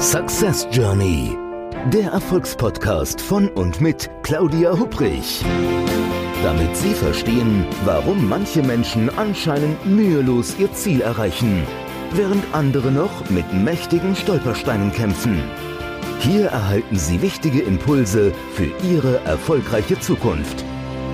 Success Journey, der Erfolgspodcast von und mit Claudia Hupprich. Damit Sie verstehen, warum manche Menschen anscheinend mühelos ihr Ziel erreichen, während andere noch mit mächtigen Stolpersteinen kämpfen. Hier erhalten Sie wichtige Impulse für Ihre erfolgreiche Zukunft.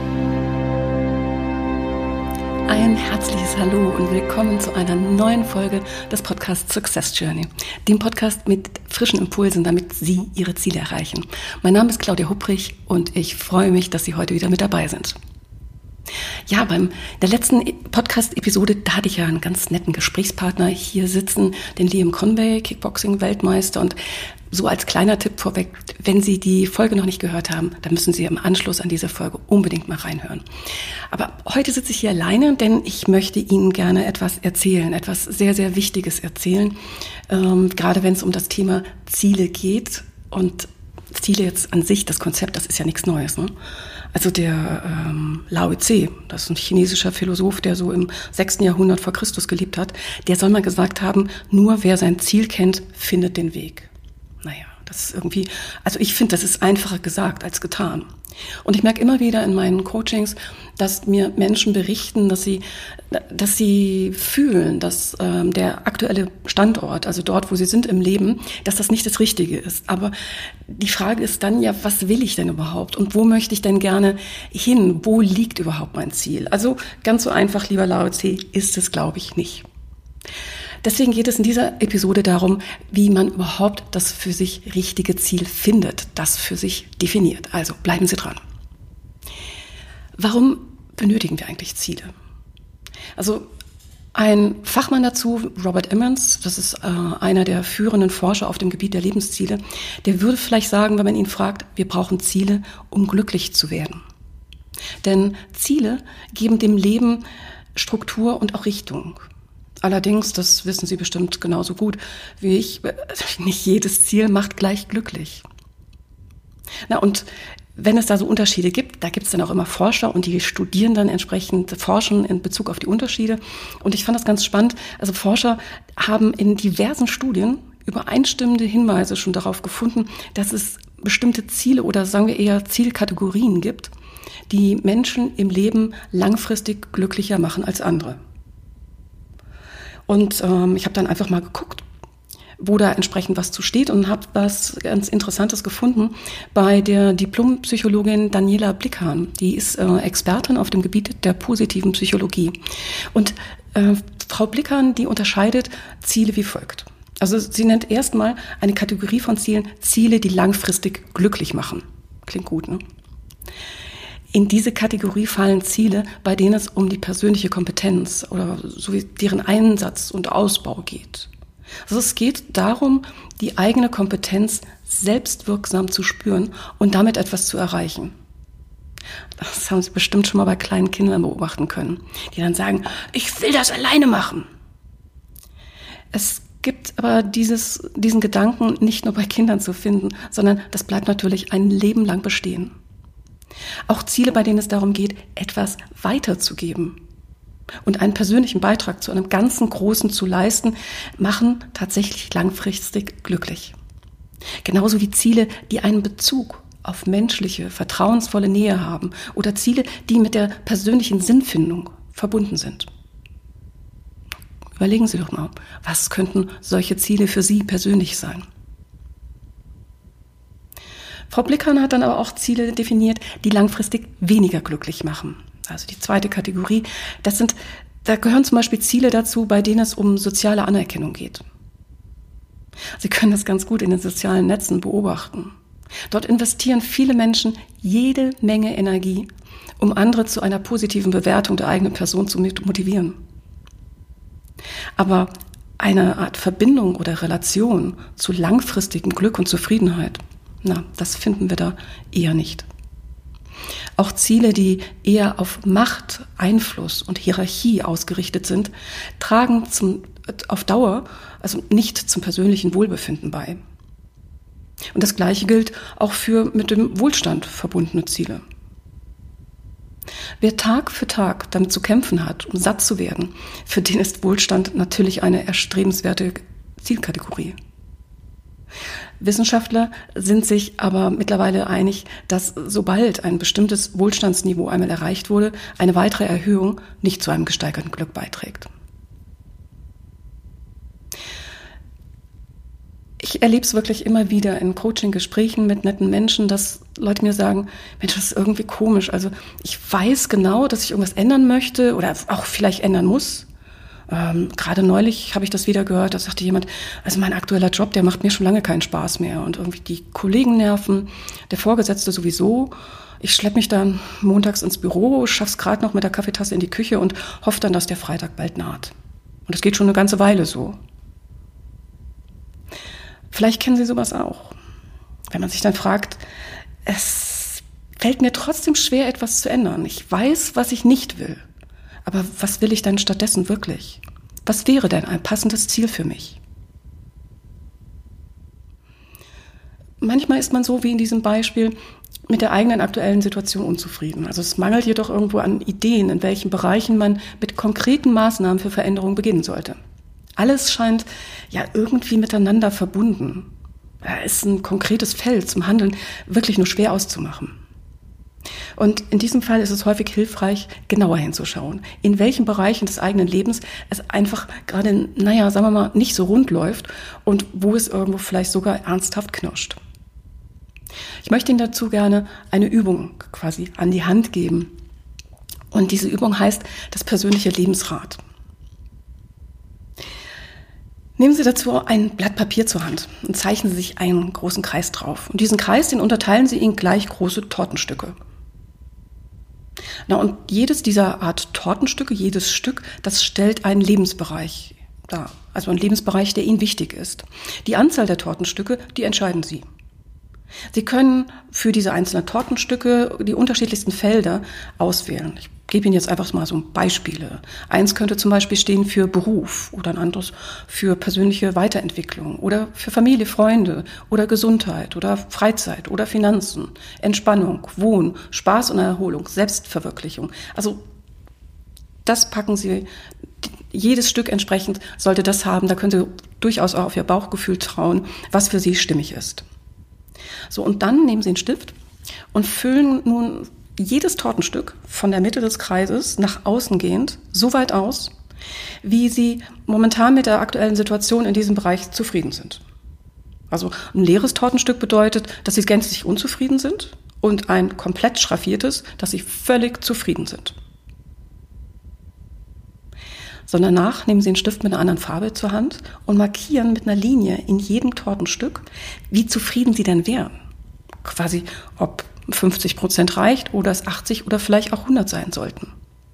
Ein herzliches Hallo und willkommen zu einer neuen Folge des Podcasts Success Journey, dem Podcast mit frischen Impulsen, damit Sie Ihre Ziele erreichen. Mein Name ist Claudia Hupprich und ich freue mich, dass Sie heute wieder mit dabei sind. Ja, der letzten Podcast-Episode, da hatte ich ja einen ganz netten Gesprächspartner hier sitzen, den Liam Conway, Kickboxing-Weltmeister. Und so als kleiner Tipp vorweg, wenn Sie die Folge noch nicht gehört haben, dann müssen Sie im Anschluss an diese Folge unbedingt mal reinhören. Aber heute sitze ich hier alleine, denn ich möchte Ihnen gerne etwas erzählen, etwas sehr, sehr Wichtiges erzählen, gerade wenn es um das Thema Ziele geht. Und Ziele jetzt an sich, das Konzept, das ist ja nichts Neues, ne? Also der Lao Tse, das ist ein chinesischer Philosoph, der so im 6. Jahrhundert vor Christus gelebt hat, der soll mal gesagt haben, nur wer sein Ziel kennt, findet den Weg. Naja, das ist irgendwie, also ich finde, das ist einfacher gesagt als getan. Und ich merke immer wieder in meinen Coachings, dass mir Menschen berichten, dass sie fühlen, dass der aktuelle Standort, also dort, wo sie sind im Leben, dass das nicht das Richtige ist. Aber die Frage ist dann ja, was will ich denn überhaupt? Und wo möchte ich denn gerne hin? Wo liegt überhaupt mein Ziel? Also ganz so einfach, lieber Lao Tse, ist es, glaube ich, nicht. Deswegen geht es in dieser Episode darum, wie man überhaupt das für sich richtige Ziel findet, das für sich definiert. Also bleiben Sie dran. Warum benötigen wir eigentlich Ziele? Also ein Fachmann dazu, Robert Emmons, das ist einer der führenden Forscher auf dem Gebiet der Lebensziele, der würde vielleicht sagen, wenn man ihn fragt, wir brauchen Ziele, um glücklich zu werden. Denn Ziele geben dem Leben Struktur und auch Richtung. Allerdings, das wissen Sie bestimmt genauso gut wie ich, nicht jedes Ziel macht gleich glücklich. Na, und wenn es da so Unterschiede gibt, da gibt es dann auch immer Forscher und die studieren dann entsprechend, forschen in Bezug auf die Unterschiede. Und ich fand das ganz spannend. Also Forscher haben in diversen Studien übereinstimmende Hinweise schon darauf gefunden, dass es bestimmte Ziele oder sagen wir eher Zielkategorien gibt, die Menschen im Leben langfristig glücklicher machen als andere. Und ich habe dann einfach mal geguckt, wo da entsprechend was zu steht und habe was ganz Interessantes gefunden bei der Diplompsychologin Daniela Blickhahn. Die ist Expertin auf dem Gebiet der positiven Psychologie. Und Frau Blickhahn, die unterscheidet Ziele wie folgt. Also sie nennt erstmal eine Kategorie von Zielen, Ziele, die langfristig glücklich machen. Klingt gut, ne? In diese Kategorie fallen Ziele, bei denen es um die persönliche Kompetenz oder so wie deren Einsatz und Ausbau geht. Also es geht darum, die eigene Kompetenz selbstwirksam zu spüren und damit etwas zu erreichen. Das haben Sie bestimmt schon mal bei kleinen Kindern beobachten können, die dann sagen, ich will das alleine machen. Es gibt aber diesen Gedanken nicht nur bei Kindern zu finden, sondern das bleibt natürlich ein Leben lang bestehen. Auch Ziele, bei denen es darum geht, etwas weiterzugeben und einen persönlichen Beitrag zu einem ganzen Großen zu leisten, machen tatsächlich langfristig glücklich. Genauso wie Ziele, die einen Bezug auf menschliche, vertrauensvolle Nähe haben oder Ziele, die mit der persönlichen Sinnfindung verbunden sind. Überlegen Sie doch mal, was könnten solche Ziele für Sie persönlich sein? Frau Blickhahn hat dann aber auch Ziele definiert, die langfristig weniger glücklich machen. Also die zweite Kategorie, da gehören zum Beispiel Ziele dazu, bei denen es um soziale Anerkennung geht. Sie können das ganz gut in den sozialen Netzen beobachten. Dort investieren viele Menschen jede Menge Energie, um andere zu einer positiven Bewertung der eigenen Person zu motivieren. Aber eine Art Verbindung oder Relation zu langfristigem Glück und Zufriedenheit, das finden wir da eher nicht. Auch Ziele, die eher auf Macht, Einfluss und Hierarchie ausgerichtet sind, tragen auf Dauer also nicht zum persönlichen Wohlbefinden bei. Und das Gleiche gilt auch für mit dem Wohlstand verbundene Ziele. Wer Tag für Tag damit zu kämpfen hat, um satt zu werden, für den ist Wohlstand natürlich eine erstrebenswerte Zielkategorie. Wissenschaftler sind sich aber mittlerweile einig, dass sobald ein bestimmtes Wohlstandsniveau einmal erreicht wurde, eine weitere Erhöhung nicht zu einem gesteigerten Glück beiträgt. Ich erlebe es wirklich immer wieder in Coaching-Gesprächen mit netten Menschen, dass Leute mir sagen, Mensch, das ist irgendwie komisch. Also ich weiß genau, dass ich irgendwas ändern möchte oder auch vielleicht ändern muss. Gerade neulich habe ich das wieder gehört, da sagte jemand, also mein aktueller Job, der macht mir schon lange keinen Spaß mehr. Und irgendwie die Kollegen nerven, der Vorgesetzte sowieso. Ich schleppe mich dann montags ins Büro, schaff's gerade noch mit der Kaffeetasse in die Küche und hoffe dann, dass der Freitag bald naht. Und das geht schon eine ganze Weile so. Vielleicht kennen Sie sowas auch. Wenn man sich dann fragt, es fällt mir trotzdem schwer, etwas zu ändern. Ich weiß, was ich nicht will. Aber was will ich denn stattdessen wirklich? Was wäre denn ein passendes Ziel für mich? Manchmal ist man so wie in diesem Beispiel mit der eigenen aktuellen Situation unzufrieden. Also es mangelt jedoch irgendwo an Ideen, in welchen Bereichen man mit konkreten Maßnahmen für Veränderung beginnen sollte. Alles scheint ja irgendwie miteinander verbunden. Da ist ein konkretes Feld zum Handeln wirklich nur schwer auszumachen. Und in diesem Fall ist es häufig hilfreich, genauer hinzuschauen, in welchen Bereichen des eigenen Lebens es einfach gerade, sagen wir mal, nicht so rund läuft und wo es irgendwo vielleicht sogar ernsthaft knirscht. Ich möchte Ihnen dazu gerne eine Übung quasi an die Hand geben. Und diese Übung heißt das persönliche Lebensrad. Nehmen Sie dazu ein Blatt Papier zur Hand und zeichnen Sie sich einen großen Kreis drauf. Und diesen Kreis, den unterteilen Sie in gleich große Tortenstücke. Und jedes dieser Art Tortenstücke, jedes Stück, das stellt einen Lebensbereich dar. Also einen Lebensbereich, der Ihnen wichtig ist. Die Anzahl der Tortenstücke, die entscheiden Sie. Sie können für diese einzelnen Tortenstücke die unterschiedlichsten Felder auswählen. Ich gebe Ihnen jetzt einfach mal so Beispiele. Eins könnte zum Beispiel stehen für Beruf oder ein anderes für persönliche Weiterentwicklung oder für Familie, Freunde oder Gesundheit oder Freizeit oder Finanzen, Entspannung, Wohnen, Spaß und Erholung, Selbstverwirklichung. Also das packen Sie, jedes Stück entsprechend sollte das haben. Da können Sie durchaus auch auf Ihr Bauchgefühl trauen, was für Sie stimmig ist. So, und dann nehmen Sie einen Stift und füllen nun jedes Tortenstück von der Mitte des Kreises nach außen gehend so weit aus, wie Sie momentan mit der aktuellen Situation in diesem Bereich zufrieden sind. Also ein leeres Tortenstück bedeutet, dass Sie gänzlich unzufrieden sind und ein komplett schraffiertes, dass Sie völlig zufrieden sind. So, danach nehmen Sie einen Stift mit einer anderen Farbe zur Hand und markieren mit einer Linie in jedem Tortenstück, wie zufrieden Sie denn wären. Quasi, ob 50% reicht oder es 80 oder vielleicht auch 100 sein sollten.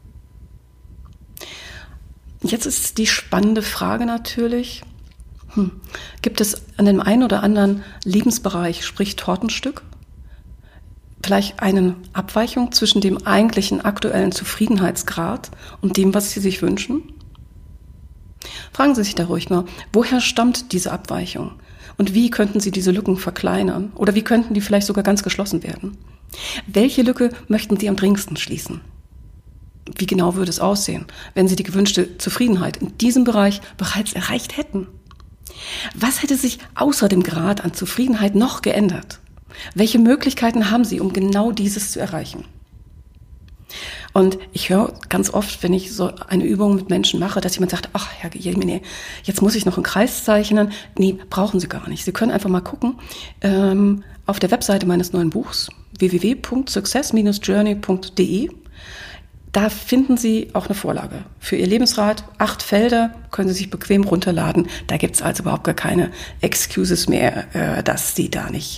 Jetzt ist die spannende Frage natürlich, gibt es an dem einen oder anderen Lebensbereich, sprich Tortenstück, vielleicht eine Abweichung zwischen dem eigentlichen aktuellen Zufriedenheitsgrad und dem, was Sie sich wünschen? Fragen Sie sich da ruhig mal, woher stammt diese Abweichung? Und wie könnten Sie diese Lücken verkleinern? Oder wie könnten die vielleicht sogar ganz geschlossen werden? Welche Lücke möchten Sie am dringendsten schließen? Wie genau würde es aussehen, wenn Sie die gewünschte Zufriedenheit in diesem Bereich bereits erreicht hätten? Was hätte sich außer dem Grad an Zufriedenheit noch geändert? Welche Möglichkeiten haben Sie, um genau dieses zu erreichen? Und ich höre ganz oft, wenn ich so eine Übung mit Menschen mache, dass jemand sagt, ach Herr Jemine, jetzt muss ich noch einen Kreis zeichnen. Nee, brauchen Sie gar nicht. Sie können einfach mal gucken auf der Webseite meines neuen Buchs www.success-journey.de. Da finden Sie auch eine Vorlage für Ihr Lebensrad. 8 Felder können Sie sich bequem runterladen. Da gibt es also überhaupt gar keine Excuses mehr, dass Sie da dass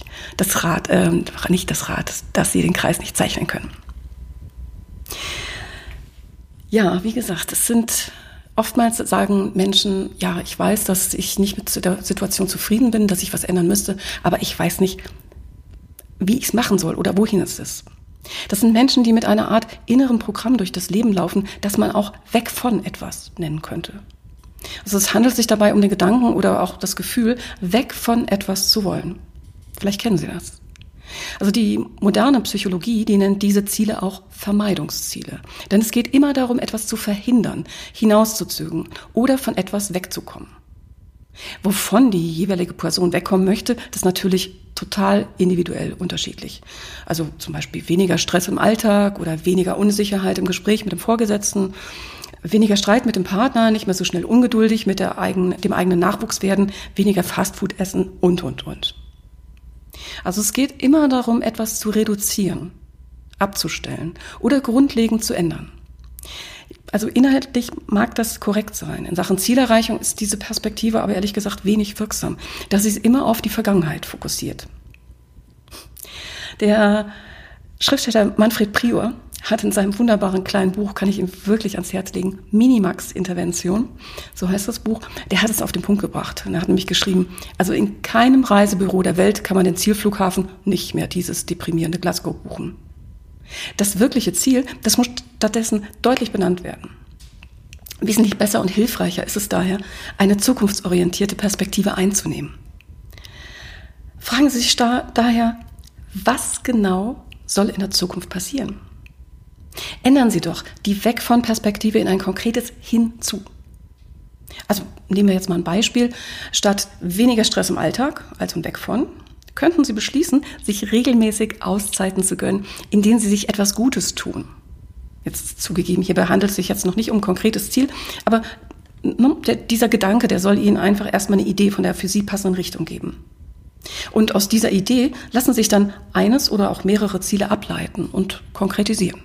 Sie den Kreis nicht zeichnen können. Ja, wie gesagt, es sind oftmals sagen Menschen, ja, ich weiß, dass ich nicht mit der Situation zufrieden bin, dass ich was ändern müsste, aber ich weiß nicht, wie ich es machen soll oder wohin es ist. Das sind Menschen, die mit einer Art inneren Programm durch das Leben laufen, das man auch weg von etwas nennen könnte. Also es handelt sich dabei um den Gedanken oder auch das Gefühl, weg von etwas zu wollen. Vielleicht kennen Sie das. Also die moderne Psychologie, die nennt diese Ziele auch Vermeidungsziele. Denn es geht immer darum, etwas zu verhindern, hinauszuzögern oder von etwas wegzukommen. Wovon die jeweilige Person wegkommen möchte, das ist natürlich total individuell unterschiedlich. Also zum Beispiel weniger Stress im Alltag oder weniger Unsicherheit im Gespräch mit dem Vorgesetzten, weniger Streit mit dem Partner, nicht mehr so schnell ungeduldig mit dem eigenen Nachwuchs werden, weniger Fastfood essen und. Also es geht immer darum, etwas zu reduzieren, abzustellen oder grundlegend zu ändern. Also inhaltlich mag das korrekt sein. In Sachen Zielerreichung ist diese Perspektive aber ehrlich gesagt wenig wirksam, da sie immer auf die Vergangenheit fokussiert. Der Schriftsteller Manfred Prior hat in seinem wunderbaren kleinen Buch, kann ich ihm wirklich ans Herz legen, Minimax-Intervention, so heißt das Buch, der hat es auf den Punkt gebracht. Er hat nämlich geschrieben, also in keinem Reisebüro der Welt kann man den Zielflughafen nicht mehr dieses deprimierende Glasgow buchen. Das wirkliche Ziel, das muss stattdessen deutlich benannt werden. Wesentlich besser und hilfreicher ist es daher, eine zukunftsorientierte Perspektive einzunehmen. Fragen Sie sich daher, was genau soll in der Zukunft passieren? Ändern Sie doch die Weg von Perspektive in ein konkretes Hinzu. Also nehmen wir jetzt mal ein Beispiel. Statt weniger Stress im Alltag, also ein Weg von, könnten Sie beschließen, sich regelmäßig Auszeiten zu gönnen, in denen Sie sich etwas Gutes tun. Jetzt zugegeben, hierbei handelt es sich jetzt noch nicht um ein konkretes Ziel, aber dieser Gedanke, der soll Ihnen einfach erstmal eine Idee von der für Sie passenden Richtung geben. Und aus dieser Idee lassen sich dann eines oder auch mehrere Ziele ableiten und konkretisieren.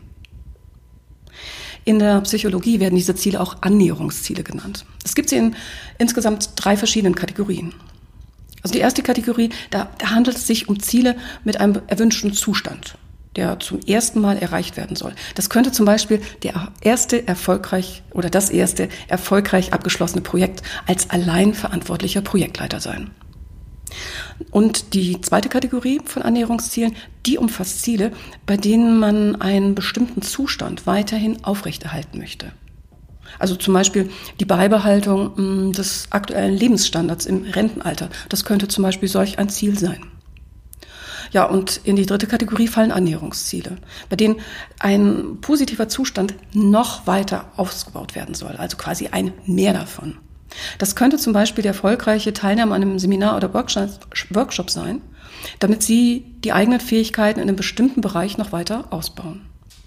In der Psychologie werden diese Ziele auch Annäherungsziele genannt. Es gibt sie in insgesamt 3 verschiedenen Kategorien. Also die erste Kategorie, da handelt es sich um Ziele mit einem erwünschten Zustand, der zum ersten Mal erreicht werden soll. Das könnte zum Beispiel das erste erfolgreich abgeschlossene Projekt als allein verantwortlicher Projektleiter sein. Und die zweite Kategorie von Annäherungszielen, die umfasst Ziele, bei denen man einen bestimmten Zustand weiterhin aufrechterhalten möchte. Also zum Beispiel die Beibehaltung des aktuellen Lebensstandards im Rentenalter. Das könnte zum Beispiel solch ein Ziel sein. Ja, und in die dritte Kategorie fallen Annäherungsziele, bei denen ein positiver Zustand noch weiter ausgebaut werden soll, also quasi ein Mehr davon. Das könnte zum Beispiel der erfolgreiche Teilnahme an einem Seminar oder Workshop sein, damit Sie die eigenen Fähigkeiten in einem bestimmten Bereich noch weiter ausbauen.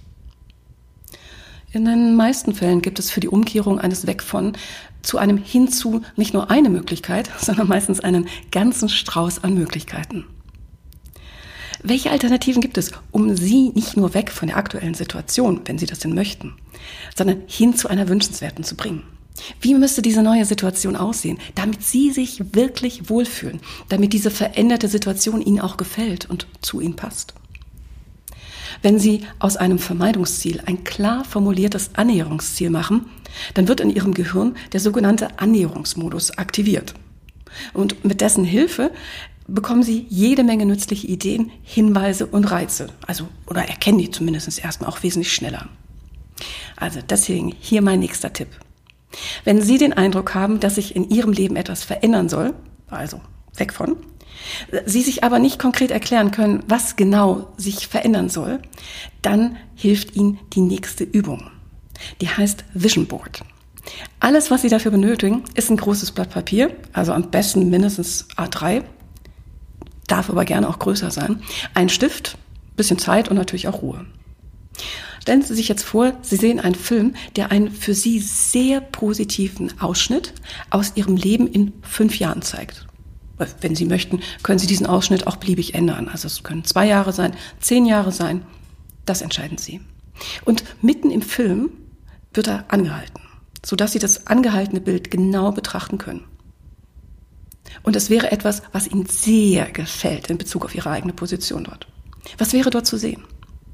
In den meisten Fällen gibt es für die Umkehrung eines Weg von zu einem Hinzu nicht nur eine Möglichkeit, sondern meistens einen ganzen Strauß an Möglichkeiten. Welche Alternativen gibt es, um Sie nicht nur weg von der aktuellen Situation, wenn Sie das denn möchten, sondern hin zu einer wünschenswerten zu bringen? Wie müsste diese neue Situation aussehen, damit Sie sich wirklich wohlfühlen, damit diese veränderte Situation Ihnen auch gefällt und zu Ihnen passt? Wenn Sie aus einem Vermeidungsziel ein klar formuliertes Annäherungsziel machen, dann wird in Ihrem Gehirn der sogenannte Annäherungsmodus aktiviert. Und mit dessen Hilfe bekommen Sie jede Menge nützliche Ideen, Hinweise und Reize. Oder erkennen die zumindest erstmal auch wesentlich schneller. Also deswegen hier mein nächster Tipp. Wenn Sie den Eindruck haben, dass sich in Ihrem Leben etwas verändern soll, also weg von, Sie sich aber nicht konkret erklären können, was genau sich verändern soll, dann hilft Ihnen die nächste Übung. Die heißt Vision Board. Alles, was Sie dafür benötigen, ist ein großes Blatt Papier, also am besten mindestens A3, darf aber gerne auch größer sein, ein Stift, bisschen Zeit und natürlich auch Ruhe. Stellen Sie sich jetzt vor, Sie sehen einen Film, der einen für Sie sehr positiven Ausschnitt aus Ihrem Leben in 5 Jahren zeigt. Wenn Sie möchten, können Sie diesen Ausschnitt auch beliebig ändern. Also es können 2 Jahre sein, 10 Jahre sein, das entscheiden Sie. Und mitten im Film wird er angehalten, sodass Sie das angehaltene Bild genau betrachten können. Und es wäre etwas, was Ihnen sehr gefällt in Bezug auf Ihre eigene Position dort. Was wäre dort zu sehen?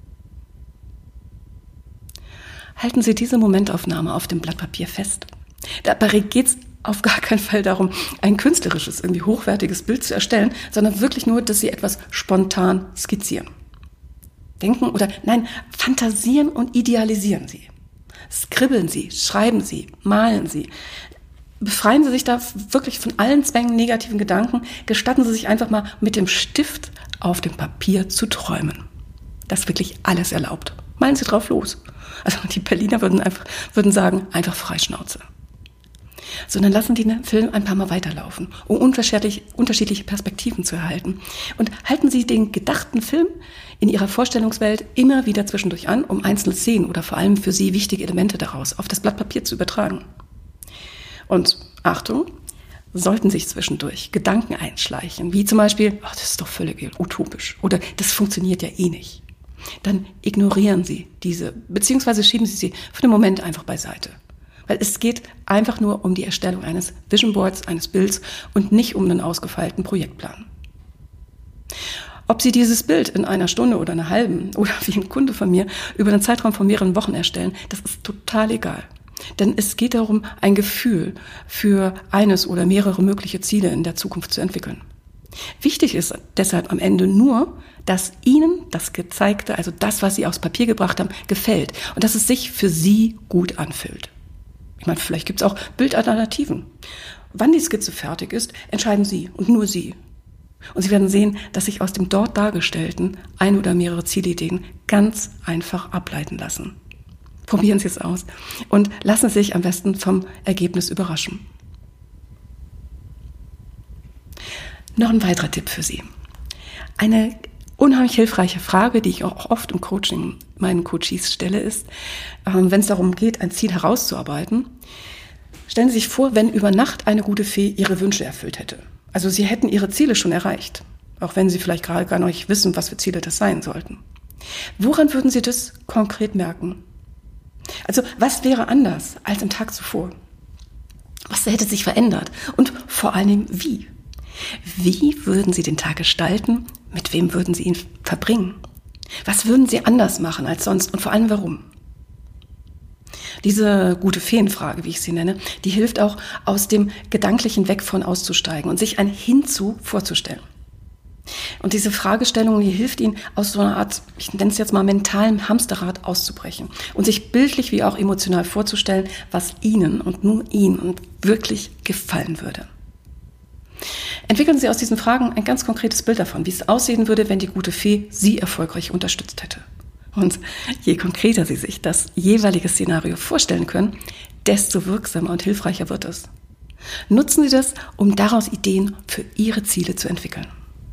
Halten Sie diese Momentaufnahme auf dem Blatt Papier fest. Dabei geht es auf gar keinen Fall darum, ein künstlerisches, irgendwie hochwertiges Bild zu erstellen, sondern wirklich nur, dass Sie etwas spontan skizzieren. Fantasieren und idealisieren Sie. Skribbeln Sie, schreiben Sie, malen Sie. Befreien Sie sich da wirklich von allen Zwängen, negativen Gedanken. Gestatten Sie sich einfach mal mit dem Stift auf dem Papier zu träumen. Das ist wirklich alles erlaubt. Malen Sie drauf los. Also die Berliner würden sagen, einfach Freischnauze. sondern lassen den Film ein paar Mal weiterlaufen, um unterschiedliche Perspektiven zu erhalten. Und halten Sie den gedachten Film in Ihrer Vorstellungswelt immer wieder zwischendurch an, um einzelne Szenen oder vor allem für Sie wichtige Elemente daraus auf das Blatt Papier zu übertragen. Und Achtung, sollten sich zwischendurch Gedanken einschleichen, wie zum Beispiel, das ist doch völlig utopisch oder das funktioniert ja eh nicht, dann ignorieren Sie diese, beziehungsweise schieben Sie sie für den Moment einfach beiseite. Weil es geht einfach nur um die Erstellung eines Vision Boards, eines Bilds und nicht um einen ausgefeilten Projektplan. Ob Sie dieses Bild in einer Stunde oder einer halben oder wie ein Kunde von mir über einen Zeitraum von mehreren Wochen erstellen, das ist total egal. Denn es geht darum, ein Gefühl für eines oder mehrere mögliche Ziele in der Zukunft zu entwickeln. Wichtig ist deshalb am Ende nur, dass Ihnen das Gezeigte, also das, was Sie aufs Papier gebracht haben, gefällt und dass es sich für Sie gut anfühlt. Ich meine, vielleicht gibt es auch Bildalternativen. Wann die Skizze fertig ist, entscheiden Sie und nur Sie. Und Sie werden sehen, dass sich aus dem dort Dargestellten ein oder mehrere Zielideen ganz einfach ableiten lassen. Probieren Sie es aus und lassen Sie sich am besten vom Ergebnis überraschen. Noch ein weiterer Tipp für Sie. Eine unheimlich hilfreiche Frage, die ich auch oft im Coaching meinen Coaches stelle, ist, wenn es darum geht, ein Ziel herauszuarbeiten, stellen Sie sich vor, wenn über Nacht eine gute Fee Ihre Wünsche erfüllt hätte. Also Sie hätten Ihre Ziele schon erreicht, auch wenn Sie vielleicht gerade gar nicht wissen, was für Ziele das sein sollten. Woran würden Sie das konkret merken? Also was wäre anders als am Tag zuvor? Was hätte sich verändert? Und vor allen Dingen wie? Wie würden Sie den Tag gestalten? Mit wem würden Sie ihn verbringen? Was würden Sie anders machen als sonst und vor allem warum? Diese gute Feenfrage, wie ich sie nenne, die hilft auch, aus dem gedanklichen Weg von auszusteigen und sich ein Hinzu vorzustellen. Und diese Fragestellung, die hilft Ihnen, aus so einer Art, ich nenne es jetzt mal mentalen Hamsterrad auszubrechen und sich bildlich wie auch emotional vorzustellen, was Ihnen und nur Ihnen wirklich gefallen würde. Entwickeln Sie aus diesen Fragen ein ganz konkretes Bild davon, wie es aussehen würde, wenn die gute Fee Sie erfolgreich unterstützt hätte. Und je konkreter Sie sich das jeweilige Szenario vorstellen können, desto wirksamer und hilfreicher wird es. Nutzen Sie das, um daraus Ideen für Ihre Ziele zu entwickeln.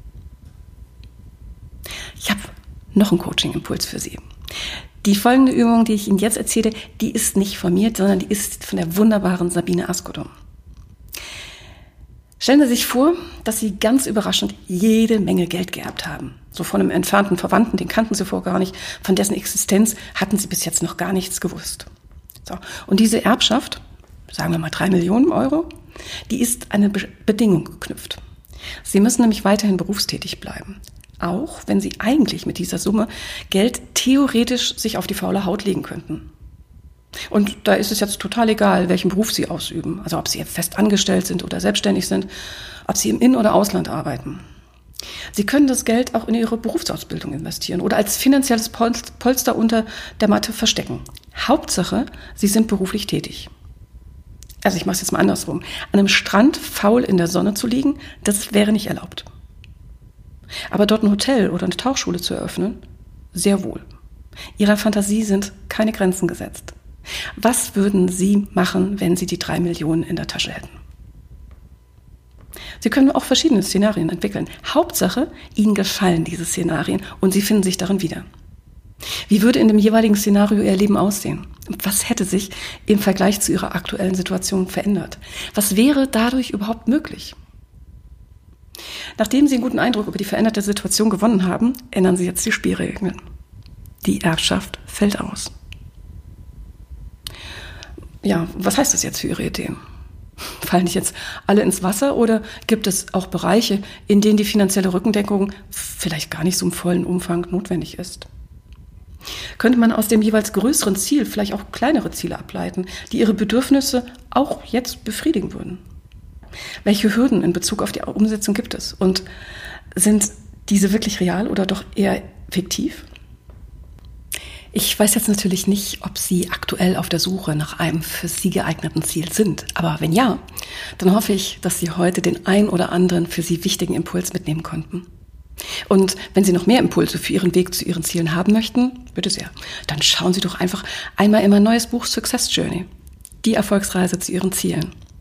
Ich habe noch einen Coaching-Impuls für Sie. Die folgende Übung, die ich Ihnen jetzt erzähle, die ist nicht von mir, sondern die ist von der wunderbaren Sabine Askodom. Stellen Sie sich vor, dass Sie ganz überraschend jede Menge Geld geerbt haben. So von einem entfernten Verwandten, den kannten Sie vorher gar nicht, von dessen Existenz hatten Sie bis jetzt noch gar nichts gewusst. So. Und diese Erbschaft, sagen wir mal 3 Millionen Euro, die ist an eine Bedingung geknüpft. Sie müssen nämlich weiterhin berufstätig bleiben. Auch wenn Sie eigentlich mit dieser Summe Geld theoretisch sich auf die faule Haut legen könnten. Und da ist es jetzt total egal, welchen Beruf Sie ausüben. Also ob Sie fest angestellt sind oder selbstständig sind, ob Sie im In- oder Ausland arbeiten. Sie können das Geld auch in Ihre Berufsausbildung investieren oder als finanzielles Polster unter der Matte verstecken. Hauptsache, Sie sind beruflich tätig. Also ich mache es jetzt mal andersrum. An einem Strand faul in der Sonne zu liegen, das wäre nicht erlaubt. Aber dort ein Hotel oder eine Tauchschule zu eröffnen, sehr wohl. Ihrer Fantasie sind keine Grenzen gesetzt. Was würden Sie machen, wenn Sie die 3 Millionen in der Tasche hätten? Sie können auch verschiedene Szenarien entwickeln. Hauptsache, Ihnen gefallen diese Szenarien und Sie finden sich darin wieder. Wie würde in dem jeweiligen Szenario Ihr Leben aussehen? Was hätte sich im Vergleich zu Ihrer aktuellen Situation verändert? Was wäre dadurch überhaupt möglich? Nachdem Sie einen guten Eindruck über die veränderte Situation gewonnen haben, ändern Sie jetzt die Spielregeln. Die Erbschaft fällt aus. Ja, was heißt das jetzt für Ihre Ideen? Fallen die jetzt alle ins Wasser oder gibt es auch Bereiche, in denen die finanzielle Rückendeckung vielleicht gar nicht so im vollen Umfang notwendig ist? Könnte man aus dem jeweils größeren Ziel vielleicht auch kleinere Ziele ableiten, die Ihre Bedürfnisse auch jetzt befriedigen würden? Welche Hürden in Bezug auf die Umsetzung gibt es? Und sind diese wirklich real oder doch eher fiktiv? Ich weiß jetzt natürlich nicht, ob Sie aktuell auf der Suche nach einem für Sie geeigneten Ziel sind. Aber wenn ja, dann hoffe ich, dass Sie heute den ein oder anderen für Sie wichtigen Impuls mitnehmen konnten. Und wenn Sie noch mehr Impulse für Ihren Weg zu Ihren Zielen haben möchten, bitte sehr, dann schauen Sie doch einfach einmal in mein neues Buch Success Journey. Die Erfolgsreise zu Ihren Zielen.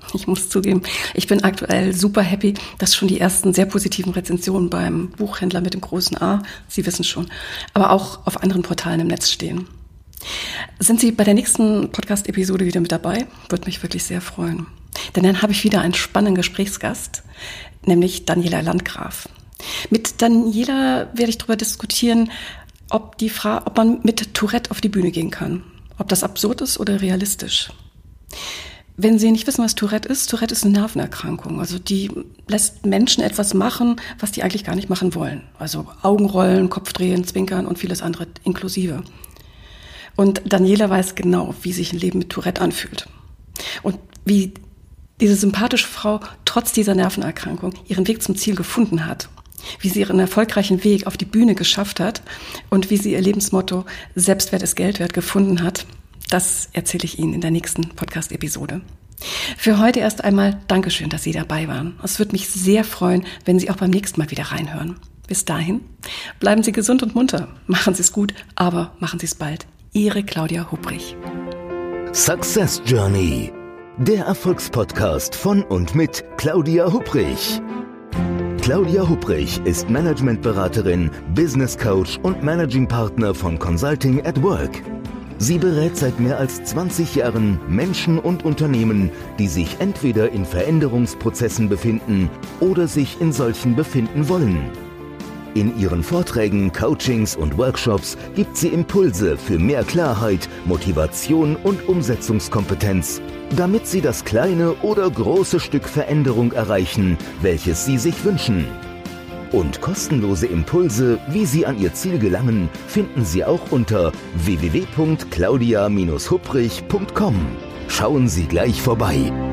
Ich muss zugeben, ich bin aktuell super happy, dass schon die ersten sehr positiven Rezensionen beim Buchhändler mit dem großen A, Sie wissen schon, aber auch auf anderen Portalen im Netz stehen. Sind Sie bei der nächsten Podcast-Episode wieder mit dabei? Würde mich wirklich sehr freuen. Denn dann habe ich wieder einen spannenden Gesprächsgast, nämlich Daniela Landgraf. Mit Daniela werde ich darüber diskutieren, ob man mit Tourette auf die Bühne gehen kann. Ob das absurd ist oder realistisch. Wenn Sie nicht wissen, was Tourette ist eine Nervenerkrankung. Also die lässt Menschen etwas machen, was die eigentlich gar nicht machen wollen. Also Augenrollen, Kopfdrehen, Zwinkern und vieles andere inklusive. Und Daniela weiß genau, wie sich ein Leben mit Tourette anfühlt. Und wie diese sympathische Frau trotz dieser Nervenerkrankung ihren Weg zum Ziel gefunden hat. Wie sie ihren erfolgreichen Weg auf die Bühne geschafft hat und wie sie ihr Lebensmotto Selbstwert ist Geld wert gefunden hat. Das erzähle ich Ihnen in der nächsten Podcast-Episode. Für heute erst einmal Dankeschön, dass Sie dabei waren. Es würde mich sehr freuen, wenn Sie auch beim nächsten Mal wieder reinhören. Bis dahin, bleiben Sie gesund und munter. Machen Sie es gut, aber machen Sie es bald. Ihre Claudia Hubrich. Success Journey, der Erfolgspodcast von und mit Claudia Hubrich. Claudia Hubrich ist Managementberaterin, Business Coach und Managing Partner von Consulting at Work. Sie berät seit mehr als 20 Jahren Menschen und Unternehmen, die sich entweder in Veränderungsprozessen befinden oder sich in solchen befinden wollen. In ihren Vorträgen, Coachings und Workshops gibt sie Impulse für mehr Klarheit, Motivation und Umsetzungskompetenz, damit sie das kleine oder große Stück Veränderung erreichen, welches sie sich wünschen. Und kostenlose Impulse, wie Sie an Ihr Ziel gelangen, finden Sie auch unter www.claudia-hubrich.com. Schauen Sie gleich vorbei.